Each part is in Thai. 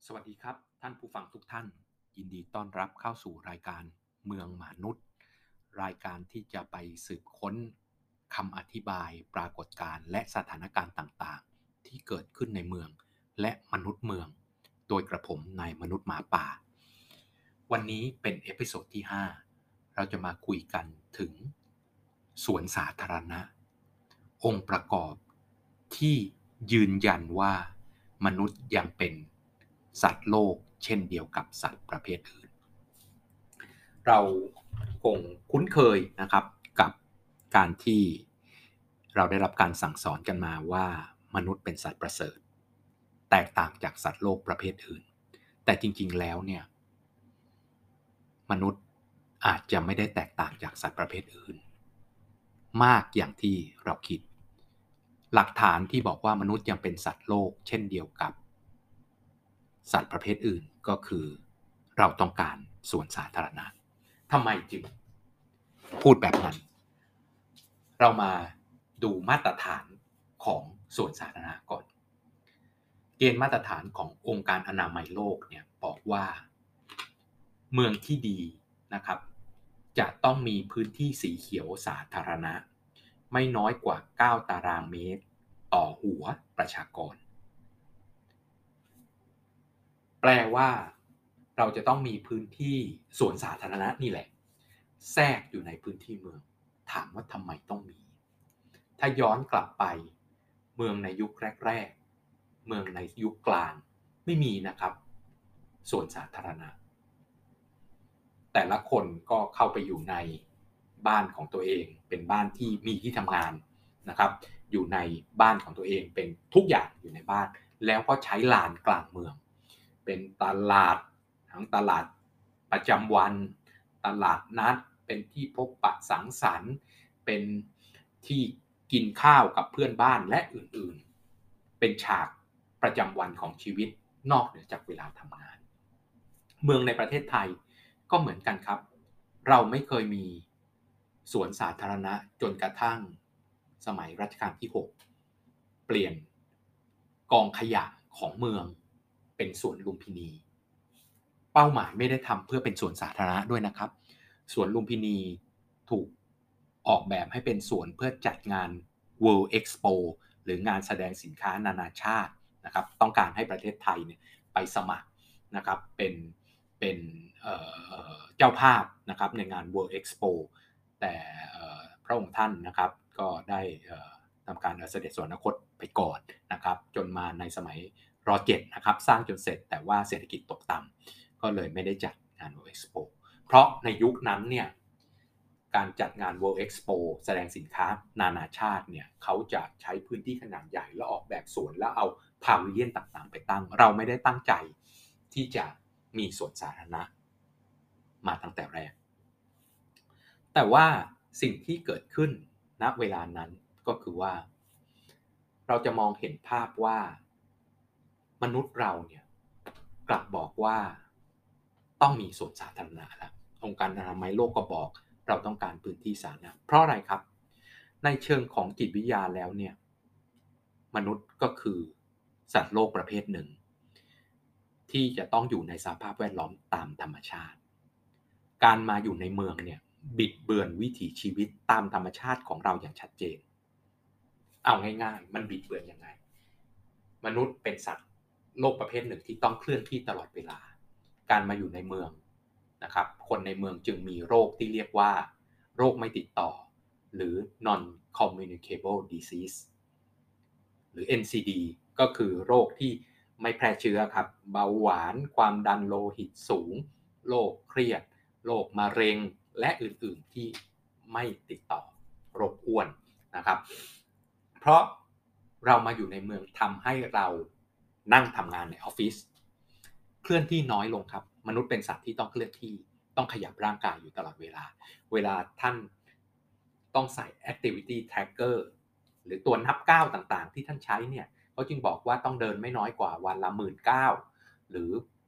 สวัสดีครับท่านผู้ฟังทุกท่านยินดีต้อนรับเข้าสู่รายการเมืองมนุษย์รายการที่จะไปสืบค้นคำอธิบายปรากฏการณ์และสถานการณ์ต่างๆที่เกิดขึ้นในเมืองและมนุษย์เมืองโดยกระผมนายมนุษย์หมาป่าวันนี้เป็นเอพิโซดที่5เราจะมาคุยกันถึงสวนสาธารณะองค์ประกอบที่ยืนยันว่ามนุษย์ยังเป็นสัตว์โลกเช่นเดียวกับสัตว์ประเภทอื่นเราคงคุ้นเคยนะครับกับการที่เราได้รับการสั่งสอนกันมาว่ามนุษย์เป็นสัตว์ประเสริฐแตกต่างจากสัตว์โลกประเภทอื่นแต่จริงๆแล้วเนี่ยมนุษย์อาจจะไม่ได้แตกต่างจากสัตว์ประเภทอื่นมากอย่างที่เราคิดหลักฐานที่บอกว่ามนุษย์ยังเป็นสัตว์โลกเช่นเดียวกับสัตว์ประเภทอื่นก็คือเราต้องการสวนสาธารณะทำไมจึงพูดแบบนั้นเรามาดูมาตรฐานของสวนสาธารณะก่อนเกณฑ์มาตรฐานขององค์การอนามัยโลกเนี่ยบอกว่าเมืองที่ดีนะครับจะต้องมีพื้นที่สีเขียวสาธารณะไม่น้อยกว่า9ตารางเมตรต่อหัวประชากรแปลว่าเราจะต้องมีพื้นที่สวนสาธารณะนี่แหละแทรกอยู่ในพื้นที่เมืองถามว่าทำไมต้องมีถ้าย้อนกลับไปเมืองในยุคแรกๆเมืองในยุคกลางไม่มีนะครับสวนสาธารณะแต่ละคนก็เข้าไปอยู่ในบ้านของตัวเองเป็นบ้านที่มีที่ทำงานนะครับอยู่ในบ้านของตัวเองเป็นทุกอย่างอยู่ในบ้านแล้วก็ใช้ลานกลางเมืองเป็นตลาดทั้งตลาดประจำวันตลาดนัดเป็นที่พบปะสังสรรค์เป็นที่กินข้าวกับเพื่อนบ้านและอื่นๆเป็นฉากประจำวันของชีวิตนอกเหนือจากเวลาทำงานเมืองในประเทศไทยก็เหมือนกันครับเราไม่เคยมีสวนสาธารณะจนกระทั่งสมัยรัชกาลที่6เปลี่ยนกองขยะของเมืองเป็นสวนลุมพินีเป้าหมายไม่ได้ทำเพื่อเป็นสวนสาธารณะด้วยนะครับสวนลุมพินีถูกออกแบบให้เป็นสวนเพื่อจัดงาน World Expo หรืองานแสดงสินค้านานาชาตินะครับต้องการให้ประเทศไทยเนี่ยไปสมัครนะครับเป็นเจ้าภาพนะครับในงาน World Expo แต่พระองค์ท่านนะครับก็ได้ทำการเสด็จสวรรคตไปก่อนนะครับจนมาในสมัยร.7นะครับสร้างจนเสร็จแต่ว่าเศรษฐกิจตกต่ำก็เลยไม่ได้จัดงาน World Expo เพราะในยุคนั้นเนี่ยการจัดงาน World Expo แสดงสินค้านานาชาติเนี่ยเขาจะใช้พื้นที่ขนาดใหญ่แล้วออกแบบสวนแล้วเอาพาวิเลียนต่างๆไปตั้งเราไม่ได้ตั้งใจที่จะมีสวนสาธารณะมาตั้งแต่แรกแต่ว่าสิ่งที่เกิดขึ้นณเวลานั้นก็คือว่าเราจะมองเห็นภาพว่ามนุษย์เราเนี่ยกลับบอกว่าต้องมีสวนสาธารณะแล้วองค์การอนามัยโลกก็บอกเราต้องการพื้นที่สาธารณะเพราะอะไรครับในเชิงของจิตวิทยาแล้วเนี่ยมนุษย์ก็คือสัตว์โลกประเภทหนึ่งที่จะต้องอยู่ในสภาพแวดล้อมตามธรรมชาติการมาอยู่ในเมืองเนี่ยบิดเบือนวิถีชีวิตตามธรรมชาติของเราอย่างชัดเจนเอาง่ายๆมันบิดเบือนยังไงมนุษย์เป็นสัตว์โลกประเภทหนึ่งที่ต้องเคลื่อนที่ตลอดเวลาการมาอยู่ในเมืองนะครับคนในเมืองจึงมีโรคที่เรียกว่าโรคไม่ติดต่อหรือ non communicable disease หรือ NCD ก็คือโรคที่ไม่แพร่เชื้อครับเบาหวานความดันโลหิตสูงโรคเครียดโรคมะเร็งและอื่นๆที่ไม่ติดต่อโรคอ้วนนะครับเพราะเรามาอยู่ในเมืองทำให้เรานั่งทำงานในออฟฟิศเคลื่อนที่น้อยลงครับมนุษย์เป็นสัตว์ที่ต้องเคลื่อนที่ต้องขยับร่างกายอยู่ตลอดเวลาเวลาท่านต้องใส่ activity tracker หรือตัวนับก้าวต่างๆที่ท่านใช้เนี่ยเขาจึงบอกว่าต้องเดินไม่น้อยกว่าวันละ 19,000 หรือ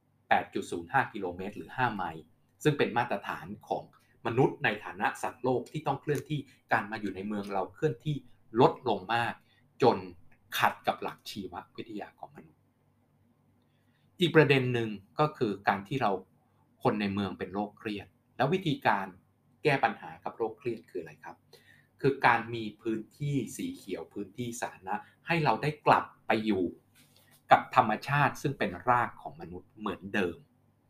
8.05 กิโลเมตรหรือ 5 ไมล์ซึ่งเป็นมาตรฐานของมนุษย์ในฐานะสัตว์โลกที่ต้องเคลื่อนที่การมาอยู่ในเมืองเราเคลื่อนที่ลดลงมากจนขัดกับหลักชีววิทยาของมนุษย์อีกประเด็นหนึ่งก็คือการที่เราคนในเมืองเป็นโรคเครียดแล้ววิธีการแก้ปัญหากับโรคเครียดคืออะไรครับคือการมีพื้นที่สีเขียวพื้นที่สาธารณะให้เราได้กลับไปอยู่กับธรรมชาติซึ่งเป็นรากของมนุษย์เหมือนเดิม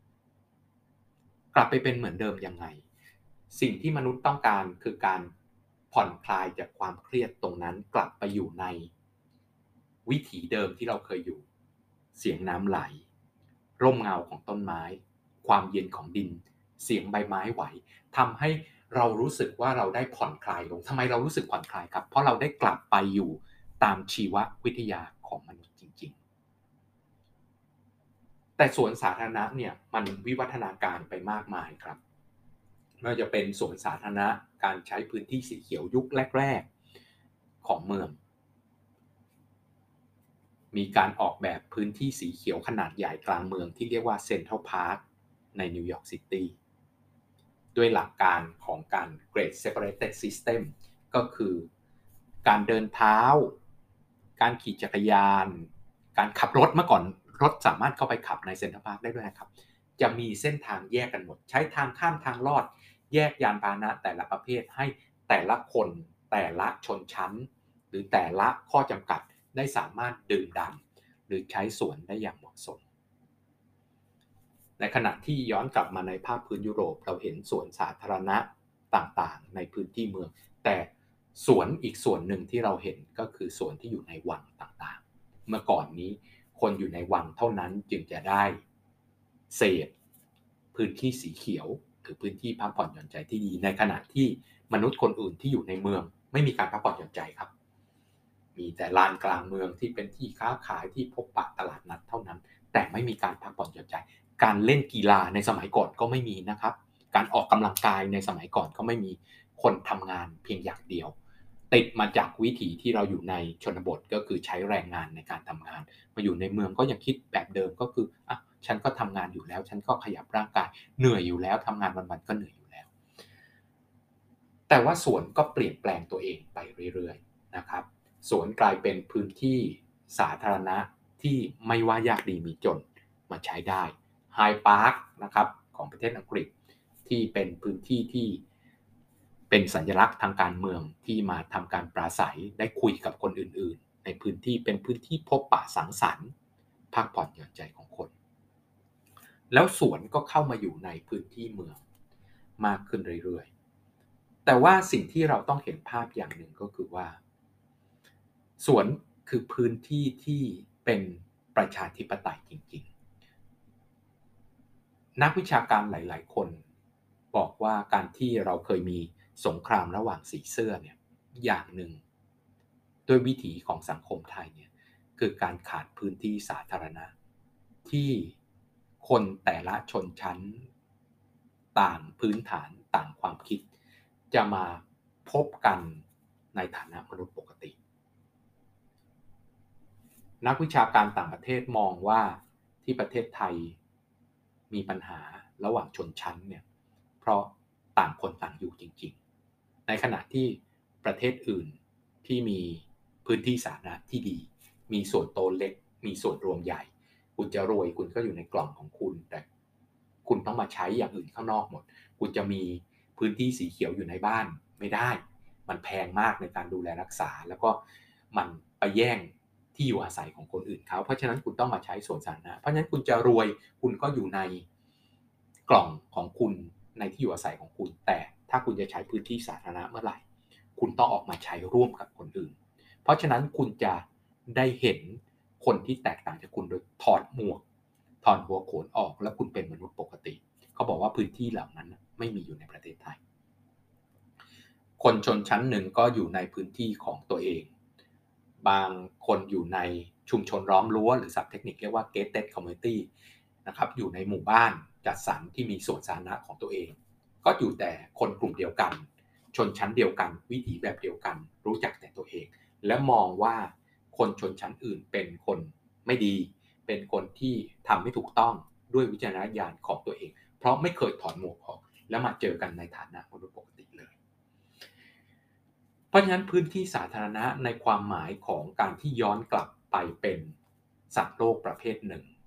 กลับไปเป็นเหมือนเดิมยังไงสิ่งที่มนุษย์ต้องการคือการผ่อนคลายจากความเครียดตรงนั้นกลับไปอยู่ในวิถีเดิมที่เราเคยอยู่เสียงน้ำไหลร่มเงาของต้นไม้ความเย็นของดินเสียงใบไม้ไหวทำให้เรารู้สึกว่าเราได้ผ่อนคลายลงทำไมเรารู้สึกผ่อนคลายครับเพราะเราได้กลับไปอยู่ตามชีววิทยาของมนุษย์จริงๆแต่สวนสาธารณะเนี่ยมันวิวัฒนาการไปมากมายครับไม่ว่าจะเป็นสวนสาธารณะการใช้พื้นที่สีเขียวยุคแรกๆของเมือง มีการออกแบบพื้นที่สีเขียวขนาดใหญ่กลางเมืองที่เรียกว่าเซ็นทรัลพาร์คในนิวยอร์กซิตี้ด้วยหลักการของการ Great Separated System ก็คือการเดินเท้าการขี่จักรยานการขับรถเมื่อก่อนรถสามารถเข้าไปขับในเซ็นทรัลพาร์คได้ด้วยนะครับจะมีเส้นทางแยกกันหมดใช้ทางข้ามทางลอดแยกยานพาหนะแต่ละประเภทให้แต่ละคนแต่ละชนชั้นหรือแต่ละข้อจำกัดได้สามารถดื่มด่ำหรือใช้สวนได้อย่างเหมาะสมในขณะที่ย้อนกลับมาในภาคพื้นยุโรปเราเห็นสวนสาธารณะต่างๆในพื้นที่เมืองแต่สวนอีกส่วนหนึ่งที่เราเห็นก็คือสวนที่อยู่ในวังต่างๆเมื่อก่อนนี้คนอยู่ในวังเท่านั้นจึงจะได้เสพพื้นที่สีเขียวหรือพื้นที่พักผ่อนหย่อนใจที่ดีในขณะที่มนุษย์คนอื่นที่อยู่ในเมืองไม่มีการพักผ่อนหย่อนใจครับมีแต่ลานกลางเมืองที่เป็นที่ค้าขายที่พบปะตลาดนัดเท่านั้นแต่ไม่มีการพักผ่อนหย่อนใจการเล่นกีฬาในสมัยก่อนก็ไม่มีนะครับการออกกำลังกายในสมัยก่อนก็ไม่มีคนทำงานเพียงอย่างเดียวติดมาจากวิถีที่เราอยู่ในชนบทก็คือใช้แรงงานในการทำงานมาอยู่ในเมืองก็ยังคิดแบบเดิมก็คืออ่ะฉันก็ทำงานอยู่แล้วฉันก็ขยับร่างกายเหนื่อยอยู่แล้วทำงานวันๆก็เหนื่อยอยู่แล้วแต่ว่าสวนก็เปลี่ยนแปลงตัวเองไปเรื่อยๆนะครับสวนกลายเป็นพื้นที่สาธารณะที่ไม่ว่ายากดีมีจนมาใช้ได้ไฮพาร์คนะครับของประเทศอังกฤษที่เป็นพื้นที่ที่เป็นสัญลักษณ์ทางการเมืองที่มาทำการปราศัยได้คุยกับคนอื่นๆในพื้นที่เป็นพื้นที่พบปะสังสรรค์พักผ่อนหย่อนใจของคนแล้วสวนก็เข้ามาอยู่ในพื้นที่เมืองมากขึ้นเรื่อยๆแต่ว่าสิ่งที่เราต้องเห็นภาพอย่างหนึ่งก็คือว่าสวนคือพื้นที่ที่เป็นประชาธิปไตยจริงๆนักวิชาการหลายๆคนบอกว่าการที่เราเคยมีสงครามระหว่างสีเสื้อเนี่ยอย่างหนึ่งด้วยวิถีของสังคมไทยเนี่ยคือการขาดพื้นที่สาธารณะที่คนแต่ละชนชั้นต่างพื้นฐานต่างความคิดจะมาพบกันในฐานะมนุษย์ปกตินักวิชาการต่างประเทศมองว่าที่ประเทศไทยมีปัญหาระหว่างชนชั้นเนี่ยเพราะต่างคนต่างอยู่จริงๆในขณะที่ประเทศอื่นที่มีพื้นที่สาธารณะที่ดีมีส่วนโตเล็กมีส่วนรวมใหญ่คุณจะรวยคุณก็อยู่ในกล่องของคุณแต่คุณต้องมาใช้อย่างอื่นข้างนอกหมดคุณจะมีพื้นที่สีเขียวอยู่ในบ้านไม่ได้มันแพงมากในการดูแลรักษาแล้วก็มันไปแย่งที่อยู่อาศัยของคนอื่นเขาเพราะฉะนั้นคุณต้องมาใช้สวนสาธารณะเพราะฉะนั้นคุณจะรวยคุณก็อยู่ในกล่องของคุณในที่อยู่อาศัยของคุณแต่ถ้าคุณจะใช้พื้นที่สาธารณะเมื่อไหร่คุณต้องออกมาใช้ร่วมกับคนอื่นเพราะฉะนั้นคุณจะได้เห็นคนที่แตกต่างจากคุณโดยถอดหมวกถอดหัวโขนออกแล้วคุณเป็นมนุษย์ปกติเขาบอกว่าพื้นที่เหล่านั้นไม่มีอยู่ในประเทศไทยคนชนชั้นหนึ่งก็อยู่ในพื้นที่ของตัวเองบางคนอยู่ในชุมชนล้อมรั้วหรือศัพท์เทคนิคเรียกว่า gated community นะครับอยู่ในหมู่บ้านจัดสรรที่มีสวนสาธารณะของตัวเองก็อยู่แต่คนกลุ่มเดียวกันชนชั้นเดียวกันวิถีแบบเดียวกันรู้จักแต่ตัวเองและมองว่าคนชนชั้นอื่นเป็นคนไม่ดีเป็นคนที่ทำไม่ถูกต้องด้วยวิจารณญาณของตัวเองเพราะไม่เคยถอนหมวกออกแล้วมาเจอกันในฐานะมนุษย์ปกติเลยเพราะฉะนั้นพื้นที่สาธารณะในความหมายของการที่ย้อนกลับไปเป็นสัตว์โลกประเภทหนึ่ง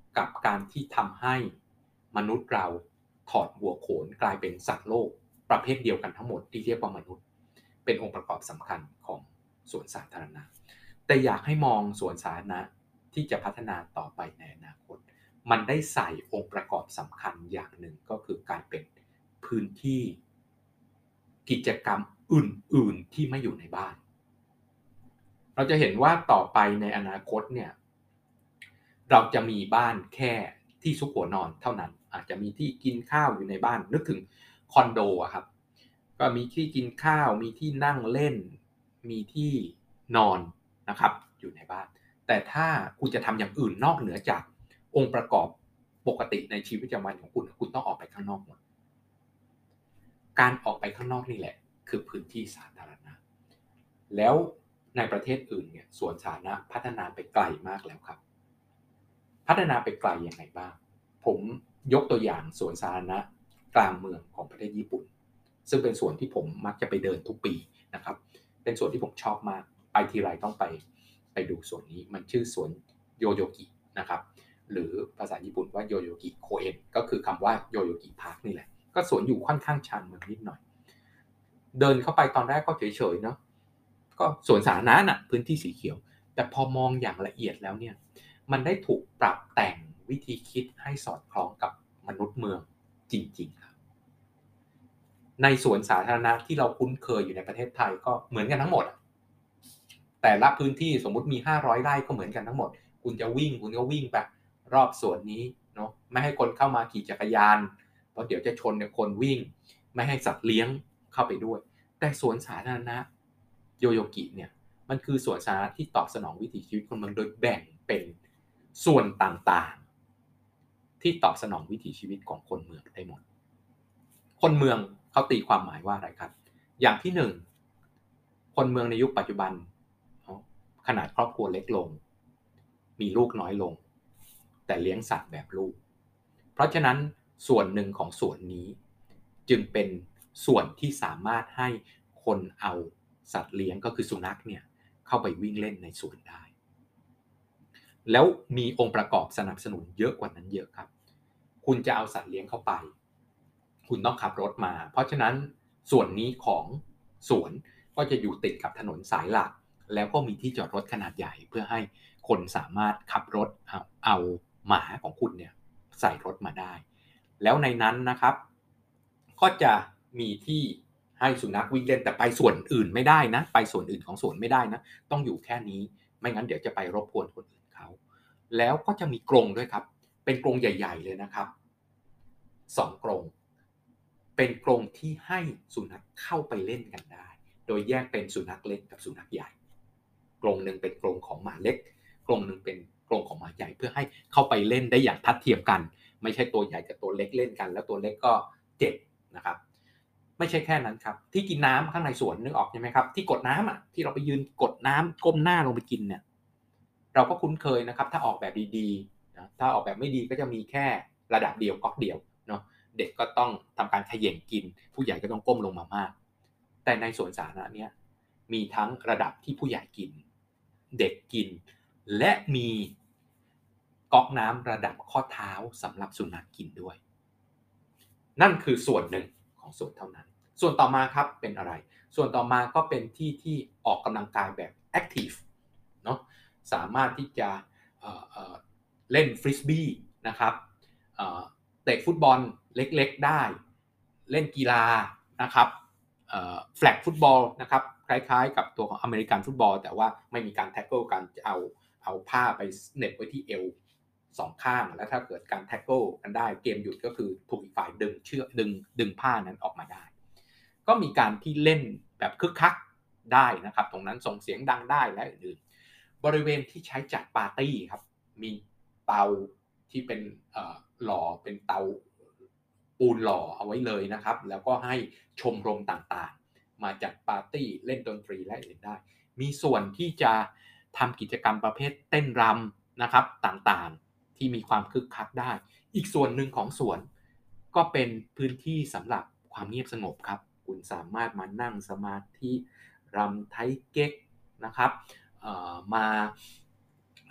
กับการที่ทำให้มนุษย์เราถอดหัวโขนกลายเป็นสัตว์โลกประเภทเดียวกันทั้งหมดที่เรียกว่ามนุษย์เป็นองค์ประกอบสำคัญของสวนสาธารณะแต่อยากให้มองสวนสาธารณะที่จะพัฒนาต่อไปในอนาคตมันได้ใส่องค์ประกอบสำคัญอย่างหนึ่งก็คือการเป็นพื้นที่กิจกรรมอื่นๆที่ไม่อยู่ในบ้านเราจะเห็นว่าต่อไปในอนาคตเนี่ยเราจะมีบ้านแค่ที่ซุกหัวนอนเท่านั้นอาจจะมีที่กินข้าวอยู่ในบ้านนึกถึงคอนโดอะครับก็มีที่กินข้าวมีที่นั่งเล่นมีที่นอนนะครับอยู่ในบ้านแต่ถ้าคุณจะทำอย่างอื่นนอกเหนือจากองค์ประกอบปกติในชีวิตประจำวันของคุณต้องออกไปข้างนอกหมดการออกไปข้างนอกนี่แหละคือพื้นที่สาธารณะแล้วในประเทศอื่นเนี่ยสวนสาธารณะพัฒนาไปไกลมากแล้วครับพัฒนาไปไกลยังไงบ้างผมยกตัวอย่างสวนสาธารณะกลางเมืองของประเทศญี่ปุ่นซึ่งเป็นสวนที่ผมมักจะไปเดินทุกปีนะครับเป็นสวนที่ผมชอบมากไปทีไรต้องไปดูสวนนี้มันชื่อสวนโยโยกินะครับหรือภาษาญี่ปุ่นว่าโยโยกิโคเอ็นก็คือคำว่าโยโยกิพาร์คนี่แหละก็สวนอยู่ค่อนข้างชันเมืองนิดหน่อยเดินเข้าไปตอนแรกก็เฉยๆเนาะก็สวนสาธารณะน่ะพื้นที่สีเขียวแต่พอมองอย่างละเอียดแล้วเนี่ยมันได้ถูกปรับแต่งวิธีคิดให้สอดคล้องกับมนุษย์เมืองจริงๆครับในสวนสาธารณะที่เราคุ้นเคยอยู่ในประเทศไทยก็เหมือนกันทั้งหมดแต่ละพื้นที่สมมุติมี500ไร่ก็เหมือนกันทั้งหมดคุณจะวิ่งคุณก็วิ่งไปรอบสวนนี้เนาะไม่ให้คนเข้ามาขี่จักรยานเพราะเดี๋ยวจะชนกับคนวิ่งไม่ให้สัตว์เลี้ยงเข้าไปด้วยแต่สวนสาธารณะโยโยกิเนี่ยมันคือสวนสาธารณะที่ตอบสนองวิถีชีวิตคนเมืองโดยแบ่งเป็นส่วนต่างๆที่ตอบสนองวิถีชีวิตของคนเมืองได้หมดคนเมืองเขาตีความหมายว่าอะไรครับอย่างที่หนึ่งคนเมืองในยุคปัจจุบันขนาดครอบครัวเล็กลงมีลูกน้อยลงแต่เลี้ยงสัตว์แบบลูกเพราะฉะนั้นส่วนหนึ่งของส่วนนี้จึงเป็นส่วนที่สามารถให้คนเอาสัตว์เลี้ยงก็คือสุนัขเนี่ยเข้าไปวิ่งเล่นในสวนได้แล้วมีองค์ประกอบสนับสนุนเยอะกว่านั้นเยอะครับคุณจะเอาสัตว์เลี้ยงเข้าไปคุณต้องขับรถมาเพราะฉะนั้นส่วนนี้ของสวนก็จะอยู่ติดกับถนนสายหลักแล้วก็มีที่จอดรถขนาดใหญ่เพื่อให้คนสามารถขับรถเอาหมาของคุณเนี่ยใส่รถมาได้แล้วในนั้นนะครับก็จะมีที่ให้สุนัขวิ่งเล่นแต่ไปส่วนอื่นไม่ได้นะไปส่วนอื่นของสวนไม่ได้นะต้องอยู่แค่นี้ไม่งั้นเดี๋ยวจะไปรบกวนคนอื่นเขาแล้วก็จะมีกรงด้วยครับเป็นกรงใหญ่ๆเลยนะครับ2กรงเป็นกรงที่ให้สุนัขเข้าไปเล่นกันได้โดยแยกเป็นสุนัขเล็กกับสุนัขใหญ่กรงหนึ่งเป็นกรงของหมาเล็กกรงหนึ่งเป็นกรงของหมาใหญ่เพื่อให้เข้าไปเล่นได้อย่างทัดเทียมกันไม่ใช่ตัวใหญ่กับตัวเล็กเล่นกันแล้วตัวเล็กก็เจ็บนะครับไม่ใช่แค่นั้นครับที่กินน้ำข้างในสวนนึกออกใช่ไหมครับที่กดน้ำอ่ะที่เราไปยืนกดน้ำก้มหน้าลงไปกินเนี่ยเราก็คุ้นเคยนะครับถ้าออกแบบดีๆนะถ้าออกแบบไม่ดีก็จะมีแค่ระดับเดียวก๊อกเดียวเนาะเด็กก็ต้องทำการเขย่งกินผู้ใหญ่ก็ต้องก้มลงมามากแต่ในสวนสาธารณะเนี่ยมีทั้งระดับที่ผู้ใหญ่กินเด็กกินและมีก๊อกน้ำระดับข้อเท้าสำหรับสุนัขกินด้วยนั่นคือส่วนหนึ่งของสวนเท่านั้นส่วนต่อมาครับเป็นอะไรส่วนต่อมาก็เป็นที่ที่ออกกำลังกายแบบแอคทีฟเนาะสามารถที่จะเล่นฟริสบี้นะครับเตะฟุตบอลเล็กๆได้เล่นกีฬานะครับแฟลกฟุตบอลนะครับคล้ายๆกับตัวของอเมริกันฟุตบอลแต่ว่าไม่มีการแท็กเกิลกันจะเอาผ้าไปเหน็บไว้ที่เอวสองข้างแล้วถ้าเกิดการแท็กเกิลกันได้เกมหยุดก็คือถูกอีกฝ่ายดึงเชือกดึงผ้านั้นออกมาได้ก็มีการที่เล่นแบบคึกคักได้นะครับตรงนั้นส่งเสียงดังได้และอื่นๆบริเวณที่ใช้จัดปาร์ตี้ครับมีเตาที่เป็นหล่อเป็นเตาปูนหล่อเอาไว้เลยนะครับแล้วก็ให้ชมรมต่างๆมาจัดปาร์ตี้เล่นดนตรีและอื่นได้มีส่วนที่จะทำกิจกรรมประเภทเต้นรำนะครับต่างๆที่มีความคึกคักได้อีกส่วนหนึ่งของสวนก็เป็นพื้นที่สำหรับความเงียบสงบครับคุณสามารถมานั่งสมาธิรำไทเก๊กนะครับมา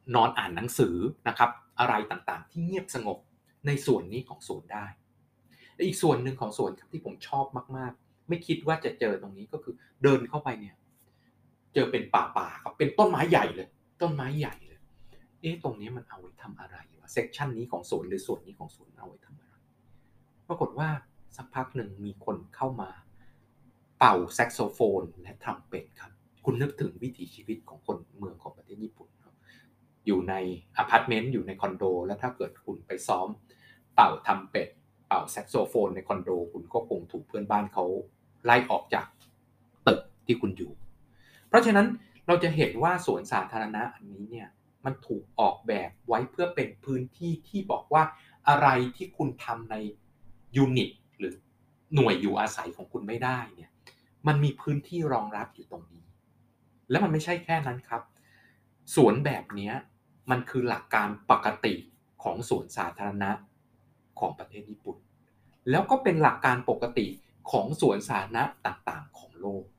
นอนอ่านหนังสือนะครับอะไรต่างๆที่เงียบสงบในส่วนนี้ของสวนได้และอีกส่วนหนึ่งของสวนครับที่ผมชอบมากๆไม่คิดว่าจะเจอตรงนี้ก็คือเดินเข้าไปเนี่ยเจอเป็นป่าครับเป็นต้นไม้ใหญ่เลยต้นไม้ใหญ่เลยตรงนี้มันเอาไว้ทำอะไรวะเซกชันนี้ของสวนหรือส่วนนี้ของสวนเอาไว้ทำอะไรปรากฏว่าสักพักหนึ่งมีคนเข้ามาเป่าแซกโซโฟนและทรัมเป็ตครับคุณนึกถึงวิถีชีวิตของคนเมืองของประเทศญี่ปุ่นครับอยู่ในอพาร์ตเมนต์อยู่ในคอนโดแล้วถ้าเกิดคุณไปซ้อมเป่าทรัมเป็ตเป่าแซกโซโฟนในคอนโดคุณก็คงถูกเพื่อนบ้านเขาไล่ออกจากตึกที่คุณอยู่เพราะฉะนั้นเราจะเห็นว่าสวนสาธารณะอันนี้เนี่ยมันถูกออกแบบไว้เพื่อเป็นพื้นที่ที่บอกว่าอะไรที่คุณทำในยูนิตหรือหน่วยอยู่อาศัยของคุณไม่ได้เนี่ยมันมีพื้นที่รองรับอยู่ตรงนี้และมันไม่ใช่แค่นั้นครับสวนแบบนี้มันคือหลักการปกติของสวนสาธารณะของประเทศญี่ปุ่นแล้วก็เป็นหลักการปกติของสวนสาธารณะต่างๆของโลก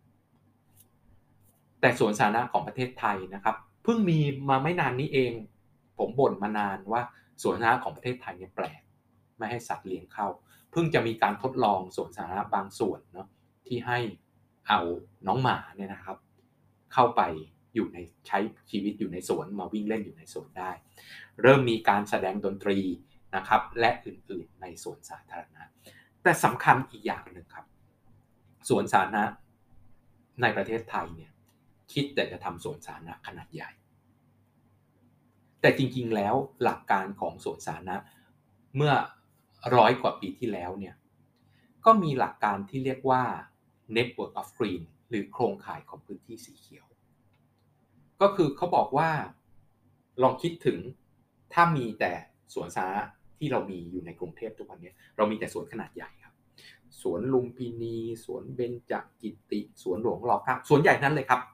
แต่สวนสาธารณะของประเทศไทยนะครับเพิ่งมีมาไม่นานนี้เองผมบ่นมานานว่าสวนสาธารณะของประเทศไทยเนี่ยแปลกไม่ให้สัตว์เลี้ยงเข้าเพิ่งจะมีการทดลองสวนสาธารณะบางส่วนเนาะที่ให้เอาน้องหมาเนี่ยนะครับเข้าไปอยู่ในใช้ชีวิตอยู่ในสวนมาวิ่งเล่นอยู่ในสวนได้เริ่มมีการแสดงดนตรีนะครับและอื่นๆในสวนสาธารณะแต่สำคัญอีกอย่างหนึ่งครับสวนสาธารณะในประเทศไทยเนี่ยคิดแต่จะทำสวนสาธารณะขนาดใหญ่แต่จริงๆแล้วหลักการของสวนสาธารณะเมื่อ100 กว่าปีที่แล้วเนี่ยก็มีหลักการที่เรียกว่า Network of Green หรือโครงข่ายของพื้นที่สีเขียวก็คือเขาบอกว่าลองคิดถึงถ้ามีแต่สวนสาธารณะที่เรามีอยู่ในกรุงเทพทุกวันนี้เรามีแต่สวนขนาดใหญ่ครับสวนลุมพินีสวนเบญจกิติสวนหลวงร.9สวนใหญ่นั้นเลยครับ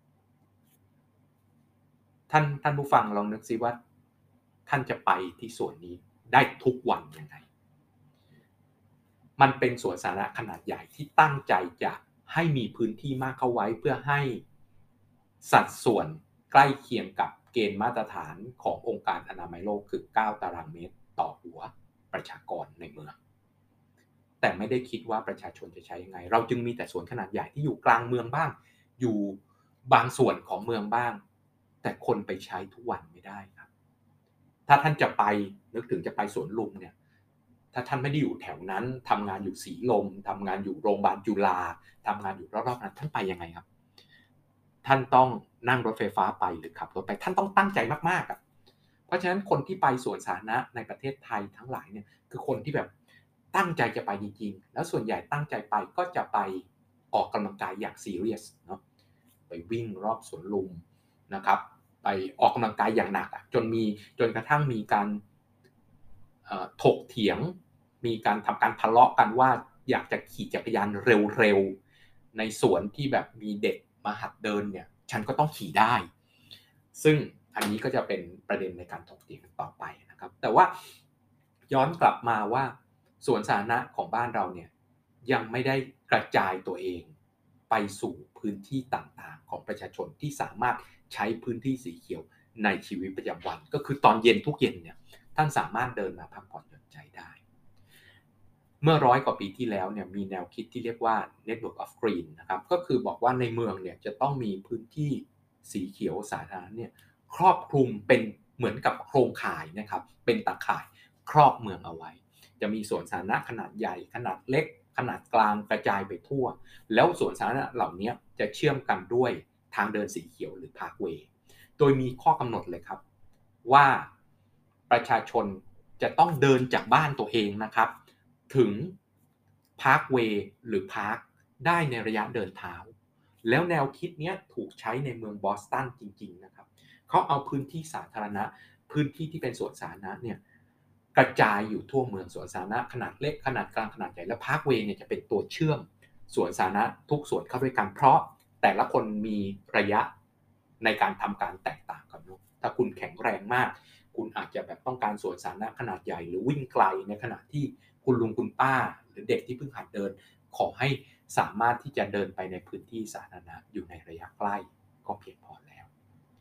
ท่านผู้ฟังลองนึกซิว่าท่านจะไปที่สวนนี้ได้ทุกวันยังไงมันเป็นสวนสาธารณะขนาดใหญ่ที่ตั้งใจจะให้มีพื้นที่มากเข้าไว้เพื่อให้สัดส่วนใกล้เคียงกับเกณฑ์มาตรฐานขององค์การอนามัยโลกคือ9ตารางเมตรต่อหัวประชากรในเมืองแต่ไม่ได้คิดว่าประชาชนจะใช้ยังไงเราจึงมีแต่สวนขนาดใหญ่ที่อยู่กลางเมืองบ้างอยู่บางส่วนของเมืองบ้างแต่คนไปใช้ทุกวันไม่ได้ครับถ้าท่านจะไปนึกถึงจะไปสวนลุมเนี่ยถ้าท่านไม่ได้อยู่แถวนั้นทำงานอยู่ศรีลมทำงานอยู่โรงพยาบาลจุฬาทำงานอยู่รอบๆนั้นท่านไปยังไงครับท่านต้องนั่งรถไฟฟ้าไปหรือขับรถไปท่านต้องตั้งใจมากๆอ่ะเพราะฉะนั้นคนที่ไปสวนสาธารณะในประเทศไทยทั้งหลายเนี่ยคือคนที่แบบตั้งใจจะไปจริงๆแล้วส่วนใหญ่ตั้งใจไปก็จะไปออกกำลังกายอย่างซีเรียสเนาะไปวิ่งรอบสวนลุมนะครับไปออกกำลังกายอย่างหนักจนกระทั่งมีการถกเถียงมีการทำการทะเลาะกันว่าอยากจะขี่จักรยานเร็วๆในสวนที่แบบมีเด็กมาหัดเดินเนี่ยฉันก็ต้องขี่ได้ซึ่งอันนี้ก็จะเป็นประเด็นในการถกเถียงต่อไปนะครับแต่ว่าย้อนกลับมาว่าสวนสาธารณะของบ้านเราเนี่ยยังไม่ได้กระจายตัวเองไปสู่พื้นที่ต่างๆของประชาชนที่สามารถใช้พื้นที่สีเขียวในชีวิตประจำวันก็คือตอนเย็นทุกเย็นเนี่ยท่านสามารถเดินมาพักผ่อนหย่อนใจได้เมื่อ100 กว่าปีที่แล้วเนี่ยมีแนวคิดที่เรียกว่า Network of Green นะครับก็คือบอกว่าในเมืองเนี่ยจะต้องมีพื้นที่สีเขียวสาธารณะเนี่ยครอบคลุมเป็นเหมือนกับโครงข่ายนะครับเป็นตาข่ายครอบเมืองเอาไว้จะมีสวนสาธารณะขนาดใหญ่ขนาดเล็กขนาดกลางกระจายไปทั่วแล้วสวนสาธารณะเหล่านี้จะเชื่อมกันด้วยทางเดินสีเขียวหรือพาร์คเวย์โดยมีข้อกำหนดเลยครับว่าประชาชนจะต้องเดินจากบ้านตัวเองนะครับถึงพาร์คเวย์หรือพาร์คได้ในระยะเดินเท้าแล้วแนวคิดนี้ถูกใช้ในเมืองบอสตันจริงๆนะครับเขาเอาพื้นที่สาธารณะพื้นที่ที่เป็นสวนสาธารณะเนี่ยกระจายอยู่ทั่วเมืองสวนสาธารณะขนาดเล็กขนาดกลางขนาดใหญ่และพาร์คเวย์เนี่ยจะเป็นตัวเชื่อมสวนสาธารณะทุกส่วนเข้าด้วยกันเพราะแต่ละคนมีระยะในการทำการแตกต่างกันเนาะถ้าคุณแข็งแรงมากคุณอาจจะแบบต้องการสวนสาธารณะขนาดใหญ่หรือวิ่งไกลในขณะที่คุณลุงคุณป้าหรือเด็กที่เพิ่งหัดเดินขอให้สามารถที่จะเดินไปในพื้นที่สาธารณะอยู่ในระยะใกล้ก็เพียงพอแล้ว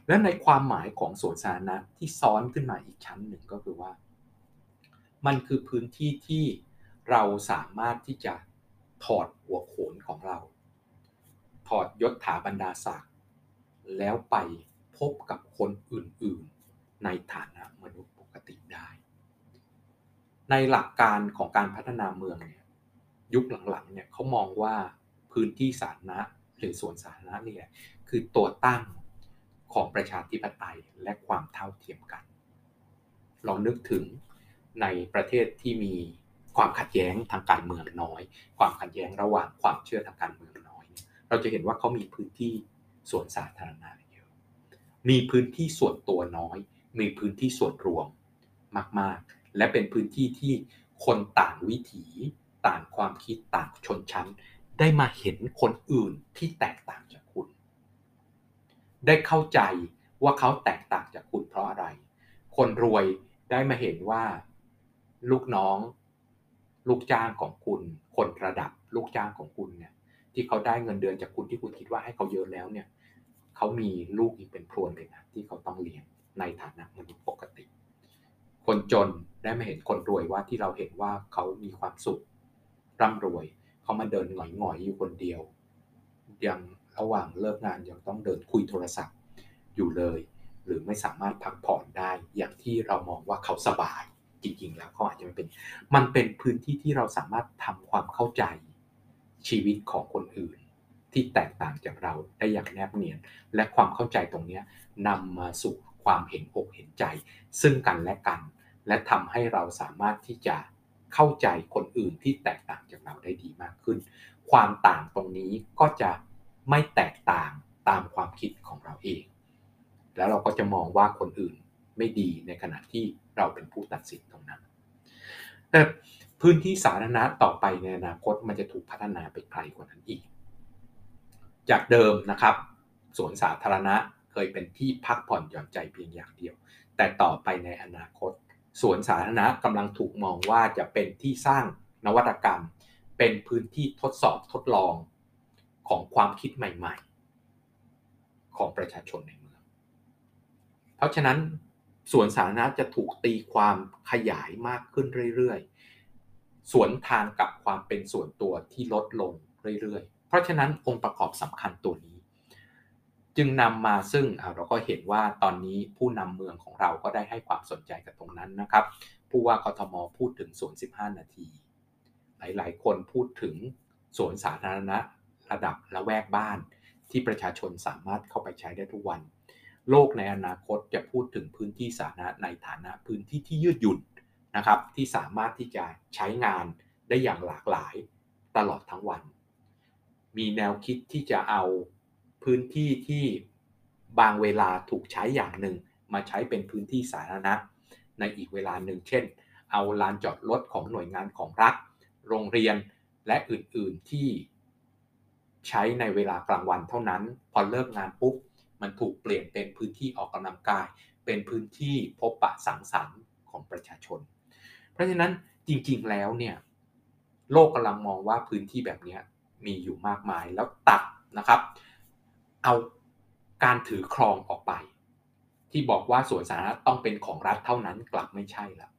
และในความหมายของสวนสาธารณะที่ซ้อนขึ้นมาอีกชั้นหนึ่งก็คือว่ามันคือพื้นที่ที่เราสามารถที่จะถอดหัวโขนของเราถอดยศถาบรรดาศักดิ์แล้วไปพบกับคนอื่นๆในฐานะมนุษย์ปกติได้ในหลักการของการพัฒนาเมืองเนี่ยยุคหลังๆเนี่ยเขามองว่าพื้นที่สาธารณะหรือสวนสาธารณะนี่แหละคือตัวตั้งของประชาธิปไตยและความเท่าเทียมกันลองนึกถึงในประเทศที่มีความขัดแย้งทางการเมืองน้อยความขัดแย้งระหว่างความเชื่อทางการเมืองน้อยเราจะเห็นว่าเขามีพื้นที่สวนสาธารณะเยอะมีพื้นที่ส่วนตัวน้อยมีพื้นที่ส่วนรวมมากๆและเป็นพื้นที่ที่คนต่างวิถีต่างความคิดต่างชนชั้นได้มาเห็นคนอื่นที่แตกต่างจากคุณได้เข้าใจว่าเขาแตกต่างจากคุณเพราะอะไรคนรวยได้มาเห็นว่าลูกน้องลูกจ้างของคุณคนระดับลูกจ้างของคุณเนี่ยที่เขาได้เงินเดือนจากคุณที่คุณคิดว่าให้เขาเยอะแล้วเนี่ยเขามีลูกอีกเป็นพรวนเลยนะที่เขาต้องเลี้ยงในฐานะมนุษย์ปกติคนจนได้มาเห็นคนรวยว่าที่เราเห็นว่าเขามีความสุขร่ำรวยเขามาเดินหงอยๆอยู่คนเดียวยังระหว่างเลิกงานยังต้องเดินคุยโทรศัพท์อยู่เลยหรือไม่สามารถพักผ่อนได้อย่างที่เรามองว่าเขาสบายจริงๆแล้วเขาอาจจะมันเป็นพื้นที่ที่เราสามารถทำความเข้าใจชีวิตของคนอื่นที่แตกต่างจากเราได้อย่างแนบเนียนและความเข้าใจตรงนี้นำมาสู่ความเห็นอกเห็นใจซึ่งกันและกันและทำให้เราสามารถที่จะเข้าใจคนอื่นที่แตกต่างจากเราได้ดีมากขึ้นความต่างตรงนี้ก็จะไม่แตกต่างตามความคิดของเราเองแล้วเราก็จะมองว่าคนอื่นไม่ดีในขณะที่เราเป็นผู้ตัดสินตรงนั้นแต่พื้นที่สาธารณะต่อไปในอนาคตมันจะถูกพัฒนาไปไกลกว่านั้นอีกจากเดิมนะครับสวนสาธารณะเคยเป็นที่พักผ่อนหย่อนใจเพียงอย่างเดียวแต่ต่อไปในอนาคตสวนสาธารณะกำลังถูกมองว่าจะเป็นที่สร้างนวัตกรรมเป็นพื้นที่ทดสอบทดลองของความคิดใหม่ๆของประชาชนในเมืองเพราะฉะนั้นสวนสาธารณะจะถูกตีความขยายมากขึ้นเรื่อยๆสวนทางกับความเป็นส่วนตัวที่ลดลงเรื่อยๆเพราะฉะนั้นองค์ประกอบสำคัญตัวนี้จึงนำมาซึ่งเราก็เห็นว่าตอนนี้ผู้นำเมืองของเราก็ได้ให้ความสนใจกับตรงนั้นนะครับผู้ว่ากทมพูดถึงสวน15นาทีหลายๆคนพูดถึงสวนสาธารณะระดับละแวกบ้านที่ประชาชนสามารถเข้าไปใช้ได้ทุกวันโลกในอนาคตจะพูดถึงพื้นที่สาธารณะในฐานะพื้นที่ที่ยืดหยุ่นนะครับที่สามารถที่จะใช้งานได้อย่างหลากหลายตลอดทั้งวันมีแนวคิดที่จะเอาพื้นที่ที่บางเวลาถูกใช้อย่างหนึ่งมาใช้เป็นพื้นที่สาธารณะในอีกเวลาหนึ่งเช่นเอาลานจอดรถของหน่วยงานของรัฐโรงเรียนและอื่นๆที่ใช้ในเวลากลางวันเท่านั้นพอเลิกงานปุ๊บมันถูกเปลี่ยนเป็นพื้นที่ออกกำลังกายเป็นพื้นที่พบปะสังสรรค์ของประชาชนเพราะฉะนั้นจริงๆแล้วเนี่ยโลกกำลังมองว่าพื้นที่แบบนี้มีอยู่มากมายแล้วตัดนะครับเอาการถือครองออกไปที่บอกว่าสวนสาธารณะต้องเป็นของรัฐเท่านั้นกลับไม่ใช่แล้ว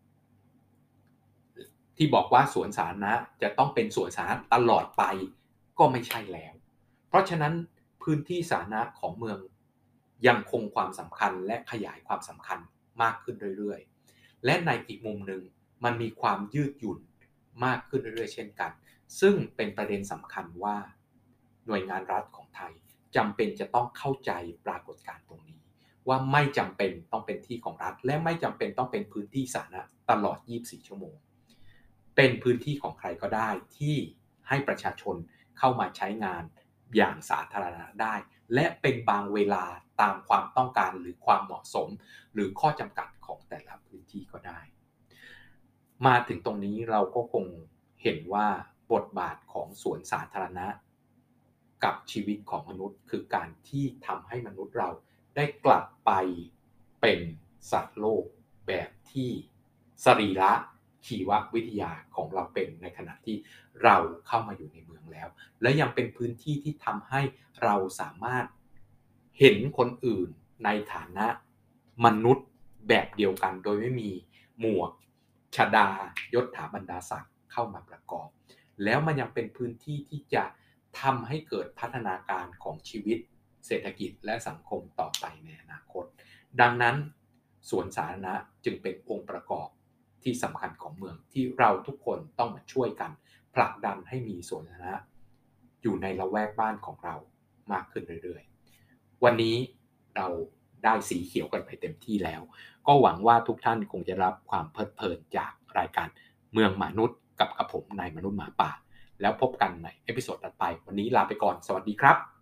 ที่บอกว่าสวนสาธารณะจะต้องเป็นสวนสาธารณะตลอดไปก็ไม่ใช่แล้วเพราะฉะนั้นพื้นที่สาธารณะของเมืองยังคงความสำคัญและขยายความสำคัญมากขึ้นเรื่อยๆและในอีกมุมหนึ่งมันมีความยืดหยุ่นมากขึ้นเรื่อยๆเช่นกันซึ่งเป็นประเด็นสำคัญว่าหน่วยงานรัฐของไทยจำเป็นจะต้องเข้าใจปรากฏการณ์ตรงนี้ว่าไม่จำเป็นต้องเป็นที่ของรัฐและไม่จำเป็นต้องเป็นพื้นที่สาธารณะตลอด24ชั่วโมงเป็นพื้นที่ของใครก็ได้ที่ให้ประชาชนเข้ามาใช้งานอย่างสาธารณะได้และเป็นบางเวลาตามความต้องการหรือความเหมาะสมหรือข้อจำกัดของแต่ละพื้นที่ก็ได้มาถึงตรงนี้เราก็คงเห็นว่าบทบาทของสวนสาธารณะกับชีวิตของมนุษย์คือการที่ทำให้มนุษย์เราได้กลับไปเป็นสัตว์โลกแบบที่สรีระชีววิทยาของเราเป็นในขณะที่เราเข้ามาอยู่ในเมืองแล้วและยังเป็นพื้นที่ที่ทำให้เราสามารถเห็นคนอื่นในฐานะมนุษย์แบบเดียวกันโดยไม่มีหมวกชฎายศถาบรรดาศักดิ์เข้ามาประกอบแล้วมันยังเป็นพื้นที่ที่จะทำให้เกิดพัฒนาการของชีวิตเศรษฐกิจและสังคมต่อไปในอนาคตดังนั้นสวนสาธารณะจึงเป็นองค์ประกอบที่สำคัญของเมืองที่เราทุกคนต้องมาช่วยกันผลักดันให้มีสวนสาธารณะอยู่ในละแวกบ้านของเรามากขึ้นเรื่อยๆวันนี้เราได้สีเขียวกันไปเต็มที่แล้วก็หวังว่าทุกท่านคงจะรับความเพลิดเพลินจากรายการเมืองมนุษย์กับผมนายมนุษย์หมาป่าแล้วพบกันในเอพิโซดถัดไปวันนี้ลาไปก่อนสวัสดีครับ